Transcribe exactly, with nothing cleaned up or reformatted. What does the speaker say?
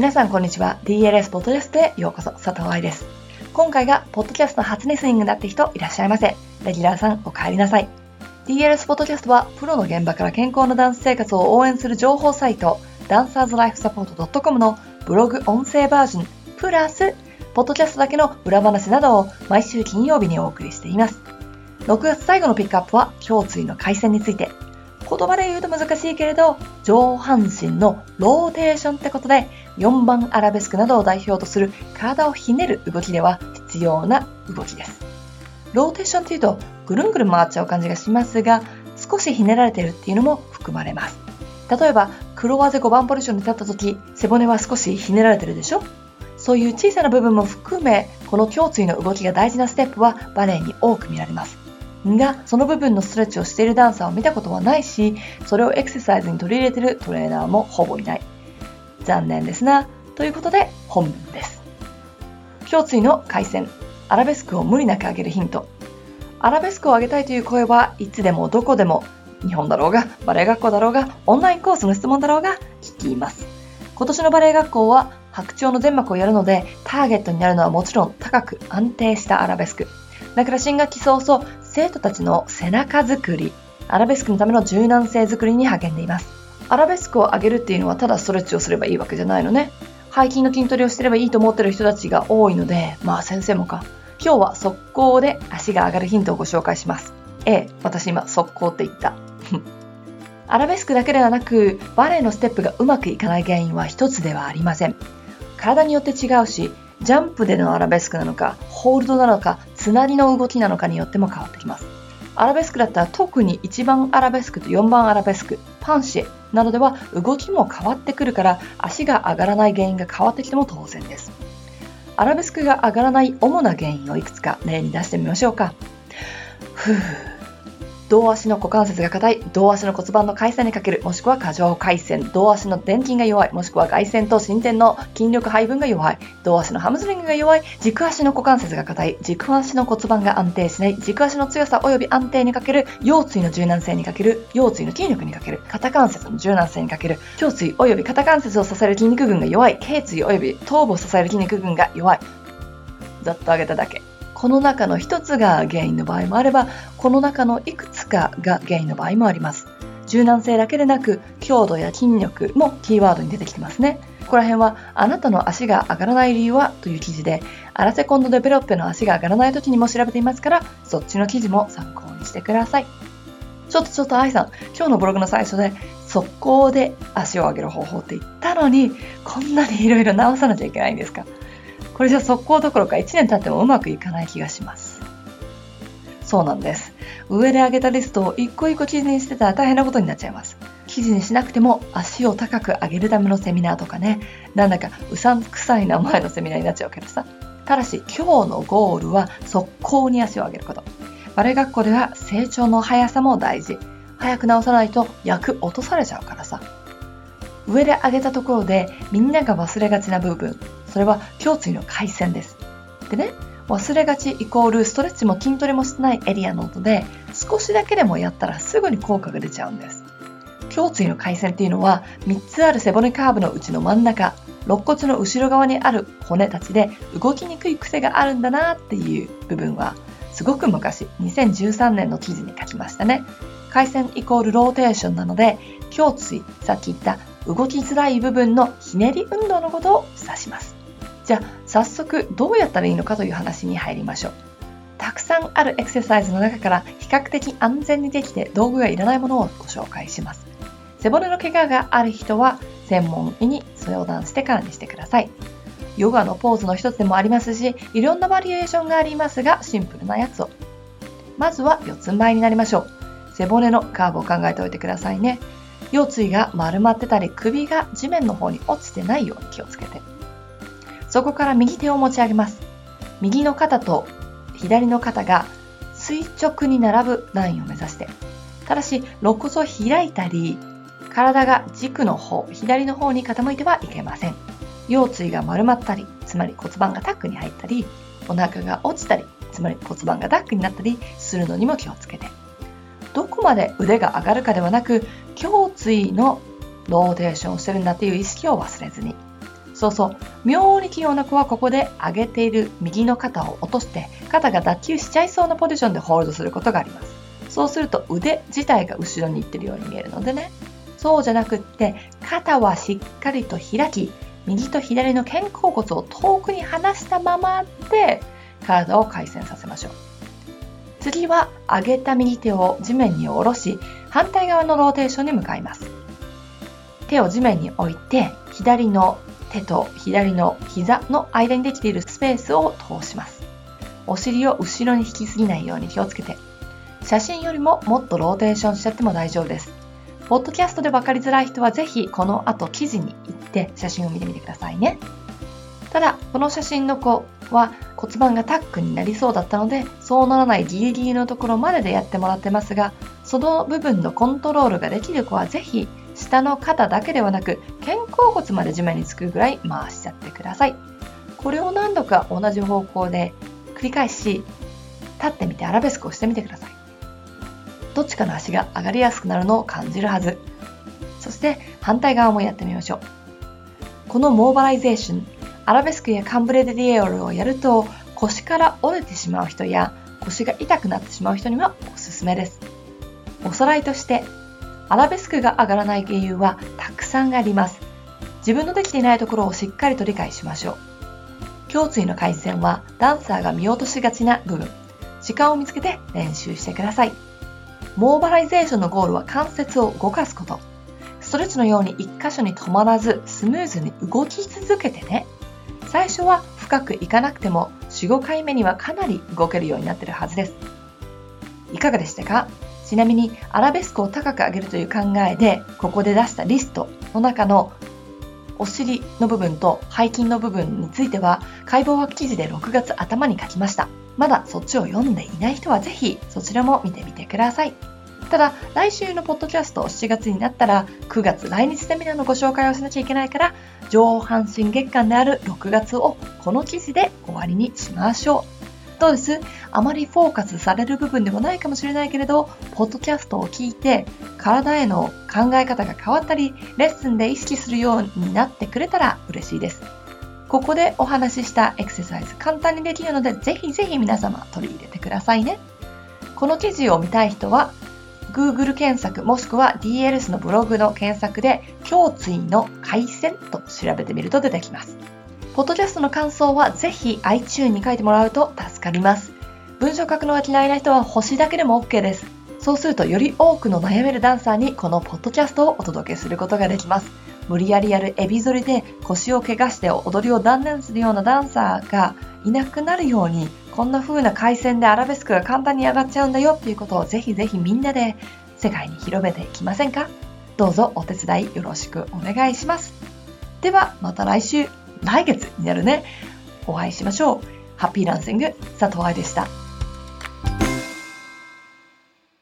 皆さんこんにちは。 ディーエルエス ポッドキャストへようこそ。佐藤愛です。今回がポッドキャスト初リスニングだって人いらっしゃいませ。レギュラーさんお帰りなさい。 ディーエルエス ポッドキャストはプロの現場から健康なダンス生活を応援する情報サイトダンサーズライフサポート .com のブログ音声バージョンプラスポッドキャストだけの裏話などを毎週金曜日にお送りしています。ろくがつ最後のピックアップは胸椎の回旋について。言葉で言うと難しいけれど上半身のローテーションってことでよんばんアラベスクなどを代表とする体をひねる動きでは必要な動きです。ローテーションっていうとぐるんぐるん回っちゃう感じがしますが、少しひねられているっていうのも含まれます。例えば黒技ごばんポジションに立った時、背骨は少しひねられてるでしょ。そういう小さな部分も含めこの胸椎の動きが大事なステップはバレエに多く見られますが、その部分のストレッチをしているダンサーを見たことはないし、それをエクササイズに取り入れているトレーナーもほぼいない。残念ですな。ということで本文です。胸椎の回旋、アラベスクを無理なく上げるヒント。アラベスクを上げたいという声はいつでもどこでも、日本だろうがバレエ学校だろうがオンラインコースの質問だろうが聞きます。今年のバレエ学校は白鳥の全幕をやるので、ターゲットになるのはもちろん高く安定したアラベスクだから、新学期早々生徒たちの背中作り、アラベスクのための柔軟性作りに励んでいます。アラベスクを上げるっていうのはただストレッチをすればいいわけじゃないのね。背筋の筋トレをしてればいいと思ってる人たちが多いので、まあ先生もか。今日は速攻で足が上がるヒントをご紹介します。ええ、私今速攻って言ったアラベスクだけではなくバレエのステップがうまくいかない原因は一つではありません。体によって違うし、ジャンプでのアラベスクなのかホールドなのかつなぎの動きなのかによっても変わってきます。アラベスクだったら特にいちばんアラベスクとよんばんアラベスク、パンシェなどでは動きも変わってくるから、足が上がらない原因が変わってきても当然です。アラベスクが上がらない主な原因をいくつか例に出してみましょうか。ふう同足の股関節が硬い、同足の骨盤の回旋にかける、もしくは過剰回旋、同足の前筋が弱い、もしくは外旋と伸展の筋力配分が弱い、同足のハムストリングが弱い、軸足の股関節が硬い、軸足の骨盤が安定しない、軸足の強さ及び安定にかける、腰椎の柔軟性にかける、腰椎の筋力にかける、肩関節の柔軟性にかける、胸椎及び肩関節を支える筋肉群が弱い、頸椎及び頭部を支える筋肉群が弱い。ざっと上げただけ。この中の一つが原因の場合もあれば、この中のいくつかが原因の場合もあります。柔軟性だけでなく強度や筋力もキーワードに出てきてますね。ここら辺はあなたの足が上がらない理由はという記事で、アラセコンドデベロッペの足が上がらない時にも調べていますから、そっちの記事も参考にしてください。ちょっとちょっと愛さん、今日のブログの最初で速攻で足を上げる方法って言ったのに、こんなにいろいろ直さなきゃいけないんですか。これじゃ速攻どころかいちねん経ってもうまくいかない気がします。そうなんです。上で上げたリストを一個一個記事にしてたら大変なことになっちゃいます。記事にしなくても足を高く上げるためのセミナーとかね、なんだかうさんくさい名前のセミナーになっちゃうけどさ。ただし今日のゴールは速攻に足を上げること。バレエ学校では成長の速さも大事。早く直さないと役落とされちゃうからさ。上で上げたところでみんなが忘れがちな部分、それは胸椎の回旋です。でね、忘れがちイコールストレッチも筋トレもしてないエリアの音で、少しだけでもやったらすぐに効果が出ちゃうんです。胸椎の回旋っていうのはみっつある背骨カーブのうちの真ん中、肋骨の後ろ側にある骨たちで動きにくい癖があるんだなっていう部分は、すごく昔にせんじゅうさんねんの記事に書きましたね。回旋イコールローテーションなので、胸椎、さっき言った動きづらい部分のひねり運動のことを指します。じゃあ早速どうやったらいいのかという話に入りましょう。たくさんあるエクササイズの中から比較的安全にできて道具がいらないものをご紹介します。背骨の怪我がある人は専門医に相談してからにしてください。ヨガのポーズの一つでもありますし、いろんなバリエーションがありますが、シンプルなやつを。まずは四つん這いになりましょう。背骨のカーブを考えておいてくださいね。腰椎が丸まってたり首が地面の方に落ちてないように気をつけて、そこから右手を持ち上げます。右の肩と左の肩が垂直に並ぶラインを目指して、ただし肋骨を開いたり体が軸の方、左の方に傾いてはいけません。腰椎が丸まったり、つまり骨盤がタックに入ったり、お腹が落ちたり、つまり骨盤がタックになったりするのにも気をつけて、どこまで腕が上がるかではなく胸椎のローテーションをしてるんだっていう意識を忘れずに、 そうそう、妙に器用な子はここで上げている右の肩を落として肩が脱臼しちゃいそうなポジションでホールドすることがあります。そうすると腕自体が後ろに行ってるように見えるのでね。そうじゃなくって肩はしっかりと開き、右と左の肩甲骨を遠くに離したままで体を回旋させましょう。次は上げた右手を地面に下ろし、反対側のローテーションに向かいます。手を地面に置いて、左の手と左の膝の間にできているスペースを通します。お尻を後ろに引きすぎないように気をつけて。写真よりももっとローテーションしちゃっても大丈夫です。ポッドキャストで分かりづらい人はぜひこの後記事に行って写真を見てみてくださいね。ただ、この写真の子は骨盤がタックになりそうだったので、そうならないギリギリのところまででやってもらってますが、その部分のコントロールができる子はぜひ下の肩だけではなく肩甲骨まで地面につくぐらい回しちゃってください。これを何度か同じ方向で繰り返し立ってみてアラベスクをしてみてください。どっちかの足が上がりやすくなるのを感じるはず。そして反対側もやってみましょう。このモーバライゼーション、アラベスクやカンブレディエオルをやると腰から折れてしまう人や腰が痛くなってしまう人にはおすすめです。おさらいとして、アラベスクが上がらない理由はたくさんあります。自分のできていないところをしっかりと理解しましょう。胸椎の回旋はダンサーが見落としがちな部分。時間を見つけて練習してください。モーバライゼーションのゴールは関節を動かすこと。ストレッチのように一箇所に止まらずスムーズに動き続けてね。最初は深くいかなくてもよん、ごかいめにはかなり動けるようになっているはずです。いかがでしたか？ちなみにアラベスクを高く上げるという考えで、ここで出したリストの中のお尻の部分と背筋の部分については解剖学記事でろくがつ頭に書きました。まだそっちを読んでいない人はぜひそちらも見てみてください。ただ来週のポッドキャストしちがつになったらくがつ来日セミナーのご紹介をしなきゃいけないから、上半身月間であるろくがつをこの記事で終わりにしましょう。どうです？あまりフォーカスされる部分でもないかもしれないけれど、ポッドキャストを聞いて体への考え方が変わったり、レッスンで意識するようになってくれたら嬉しいです。ここでお話ししたエクササイズ簡単にできるので、ぜひぜひ皆様取り入れてくださいね。この記事を見たい人は Google 検索もしくは ディーエルエス のブログの検索で胸椎の回旋と調べてみると出てきます。ポッドキャストの感想はぜひ iTunes に書いてもらうと助かります。文章書くのが嫌いな人は星だけでも OK です。そうするとより多くの悩めるダンサーにこのポッドキャストをお届けすることができます。無理やりやるエビ反りで腰を怪我して踊りを断念するようなダンサーがいなくなるように、こんな風な回旋でアラベスクが簡単に上がっちゃうんだよっていうことをぜひぜひみんなで世界に広めていきませんか？どうぞお手伝いよろしくお願いします。ではまた来週、来月になるね、お会いしましょう。ハッピーダンシング佐藤愛でした。